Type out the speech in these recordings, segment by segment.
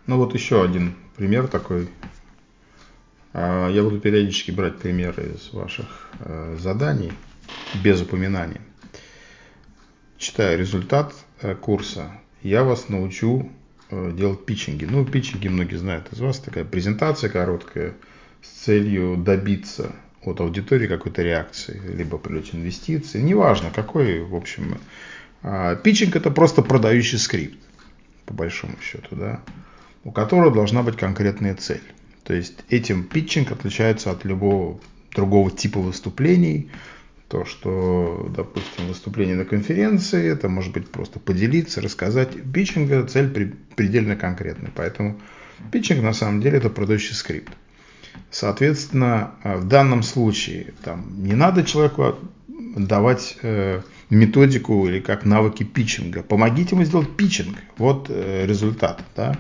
Ну вот еще один пример такой. Я буду периодически брать примеры из ваших заданий, без упоминаний. Читаю результат курса. Я вас научу делать питчинги. Ну, питчинги многие знают из вас. Такая презентация короткая с целью добиться от аудитории какой-то реакции, либо привлечь инвестиции. Неважно, какой, в общем. Питчинг – это просто продающий скрипт, по большому счету, да, у которого должна быть конкретная цель. То есть этим питчинг отличается от любого другого типа выступлений. То, что, допустим, выступление на конференции, это может быть просто поделиться, рассказать. Питчинга цель предельно конкретная. Поэтому питчинг на самом деле это продающий скрипт. Соответственно, в данном случае не надо человеку давать методику или как навыки питчинга. Помогите ему сделать питчинг. Вот результат. Да?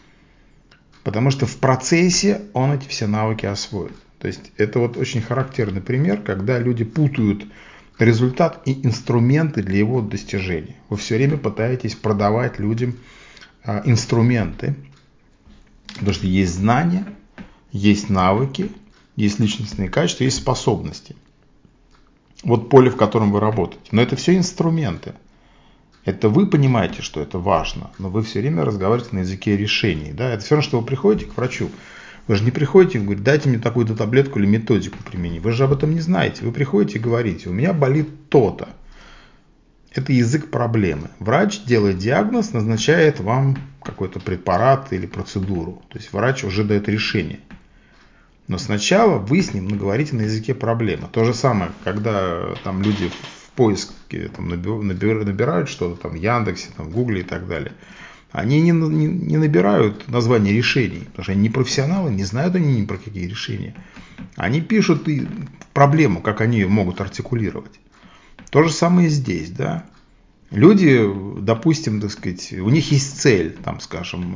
Потому что в процессе он эти все навыки освоит. То есть это вот очень характерный пример, когда люди путают результат и инструменты для его достижения. Вы все время пытаетесь продавать людям инструменты, потому что есть знания, есть навыки, есть личностные качества, есть способности. Вот поле, в котором вы работаете. Но это все инструменты. Это вы понимаете, что это важно, но вы все время разговариваете на языке решений. Да? Это все равно, что вы приходите к врачу. Вы же не приходите и говорите, дайте мне такую-то таблетку или методику применить. Вы же об этом не знаете. Вы приходите и говорите, у меня болит то-то. Это язык проблемы. Врач делает диагноз, назначает вам какой-то препарат или процедуру. То есть врач уже дает решение. Но сначала вы с ним говорите на языке проблемы. То же самое, когда там люди в поиске набирают что-то в Яндексе, в Гугле и так далее. Они не набирают название решений, потому что они не профессионалы, не знают они ни про какие решения. Они пишут и проблему, как они ее могут артикулировать. То же самое и здесь, да. Люди, допустим, так сказать, у них есть цель, скажем,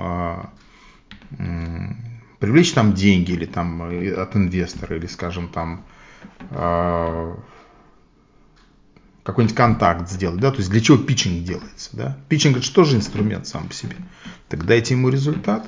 привлечь деньги или от инвестора, или, скажем, какой-нибудь контакт сделать, да, то есть для чего питчинг делается, да? Питчинг это же тоже инструмент сам по себе. Так дайте ему результат.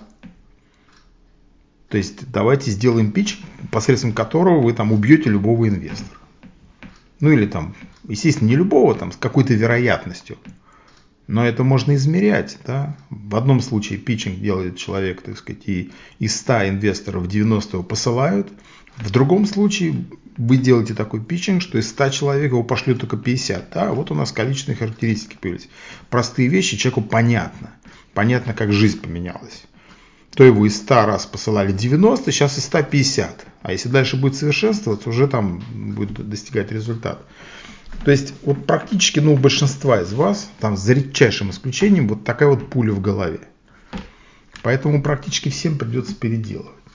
То есть давайте сделаем питч, посредством которого вы убьете любого инвестора. Ну или естественно, не любого, с какой-то вероятностью. Но это можно измерять, да. В одном случае питчинг делает человек, так сказать, и из 100 инвесторов 90 его посылают. В другом случае вы делаете такой питчинг, что из 100 человек его пошлют только 50. Да? Вот у нас количественные характеристики появились. Простые вещи человеку понятно. Понятно, как жизнь поменялась. То его из 100 раз посылали 90, сейчас из 150. А если дальше будет совершенствоваться, уже будет достигать результат. То есть вот практически у большинства из вас, за редчайшим исключением, вот такая вот пуля в голове. Поэтому практически всем придется переделывать.